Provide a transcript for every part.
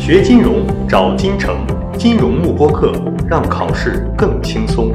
学金融找金城，金融慕播课，让考试更轻松。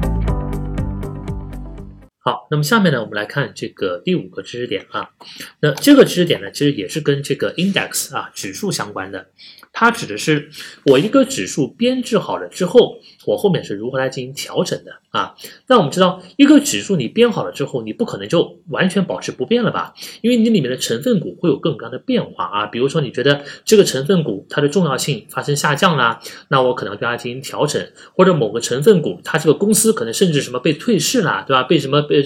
好，那么下面呢，我们来看这个第5个知识点啊。那这个知识点呢，其实也是跟这个 index 指数相关的。它指的是我一个指数编制好了之后，我后面是如何来进行调整的啊。那我们知道，一个指数你编好了之后，你不可能就完全保持不变了吧？因为你里面的成分股会有各种各样的变化啊。比如说，你觉得这个成分股它的重要性发生下降啦，那我可能对它进行调整，或者某个成分股它这个公司可能甚至什么被退市啦，对吧？被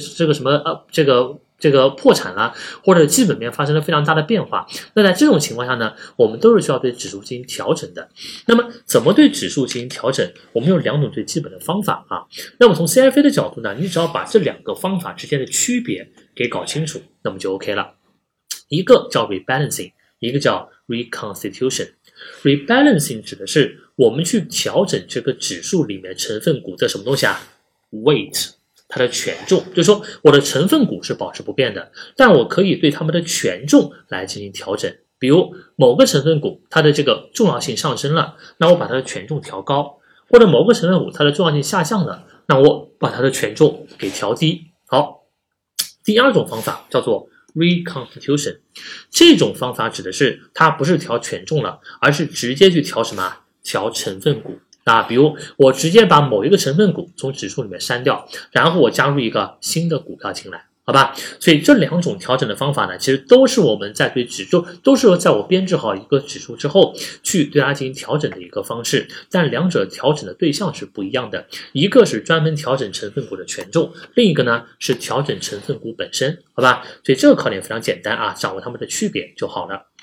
这个破产了，或者基本面发生了非常大的变化，那在这种情况下呢，我们都是需要对指数进行调整的。那么怎么对指数进行调整？我们有2种最基本的方法啊。那么从 CFA 的角度呢，你只要把这2个方法之间的区别给搞清楚，那么就 OK 了。一个叫 rebalancing， 一个叫 reconstitution。rebalancing 指的是我们去调整这个指数里面成分股的什么东西啊 ？weight。它的权重，就是说我的成分股是保持不变的，但我可以对它们的权重来进行调整。比如某个成分股它的这个重要性上升了，那我把它的权重调高，或者某个成分股它的重要性下降了，那我把它的权重给调低。好，第2种方法叫做 reconstitution， 这种方法指的是它不是调权重了，而是直接去调什么？调成分股。比如我直接把某一个成分股从指数里面删掉，然后我加入一个新的股票进来，好吧？所以这2种调整的方法呢，其实都是我们在对指数，都是在我编制好一个指数之后去对它进行调整的一个方式，但2者调整的对象是不一样的，一个是专门调整成分股的权重，另一个呢是调整成分股本身，好吧？所以这个考点非常简单啊，掌握它们的区别就好了。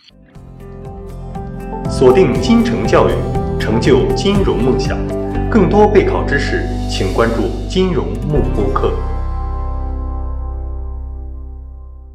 锁定金城教育，成就金融梦想。更多备考知识，请关注金融慕播课。